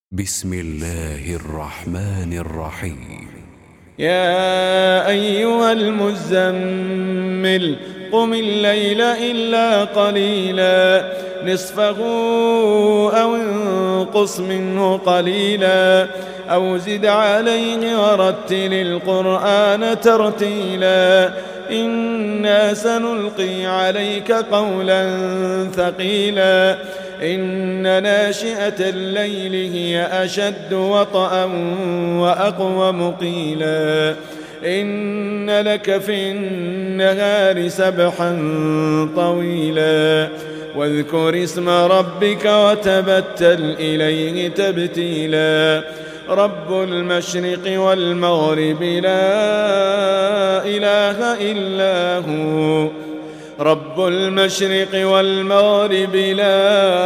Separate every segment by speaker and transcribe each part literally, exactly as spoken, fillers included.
Speaker 1: بسم الله الرحمن الرحيم.
Speaker 2: يا أيها المزمل قم الليل إلا قليلا نصفه أو انقص منه قليلا أو زد عليه ورتل القرآن ترتيلا إنا سنلقي عليك قولا ثقيلا إن ناشئة الليل هي أشد وطئا وأقوم قيلا إن لك في النهار سبحا طويلا واذكر اسم ربك وتبتل إليه تبتيلا رب المشرق والمغرب لا إله إلا هو رب المشرق والمغرب لا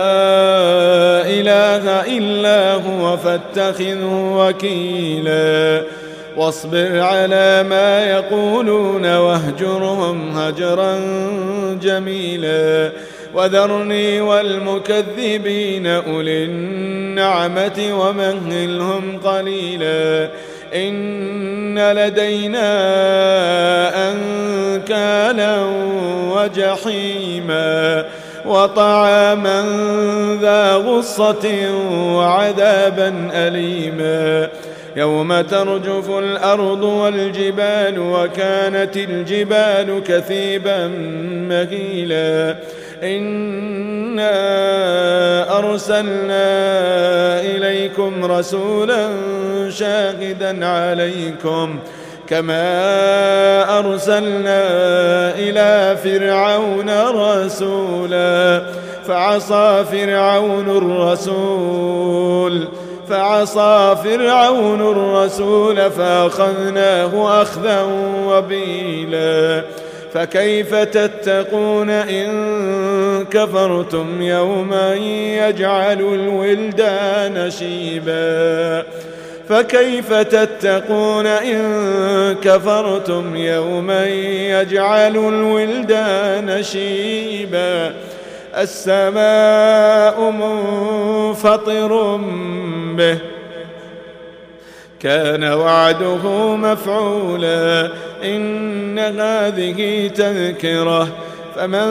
Speaker 2: إله إلا هو فاتخذه وكيلا واصبر على ما يقولون واهجرهم هجرا جميلا وذرني والمكذبين أولي النعمة ومهلهم قليلا إن لدينا أنكالا وجحيما وطعاما ذا غصة وعذابا أليما يوم ترجف الأرض والجبال وكانت الجبال كثيبا مهيلا إنا أرسلنا إليكم رسولا شاهدا عليكم كما أرسلنا إلى فرعون رسولا فعصى فرعون الرسول فعصى فرعون الرسول فأخذناه أخذا وبيلا فكيف تتقون إن كفرتم يوما يجعل الولدان شيبا فكيف تتقون إن كفرتم يوما يجعل الولدان شيبا السماء منفطر به كان وعده مفعولا إن هذه تذكرة فمن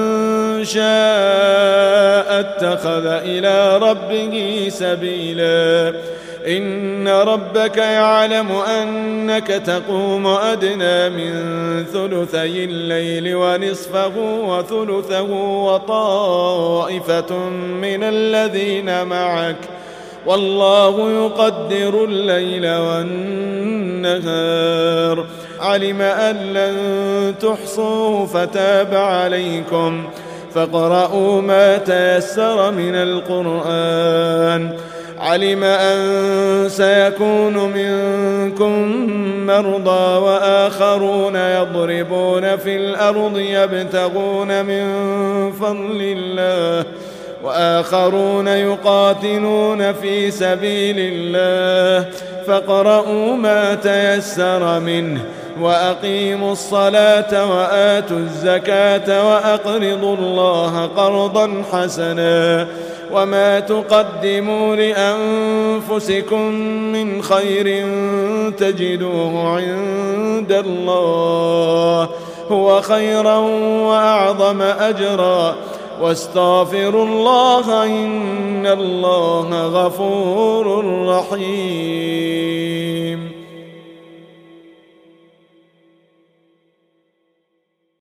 Speaker 2: شاء اتخذ إلى ربه سبيلا إن ربك يعلم أنك تقوم أدنى من ثلثي الليل ونصفه وثلثه وطائفة من الذين معك والله يقدر الليل والنهار علم أن لن تحصوه فتاب عليكم فاقرؤوا ما تيسر من القرآن علم أن سيكون منكم مرضى وآخرون يضربون في الأرض يبتغون من فضل الله وآخرون يقاتلون في سبيل الله فاقرؤوا ما تيسر منه وأقيموا الصلاة وآتوا الزكاة وأقرضوا الله قرضا حسنا وما تقدموا لأنفسكم من خير تجدوه عند الله هو خيرا وأعظم أجرا واستغفروا الله إن الله غفور رحيم.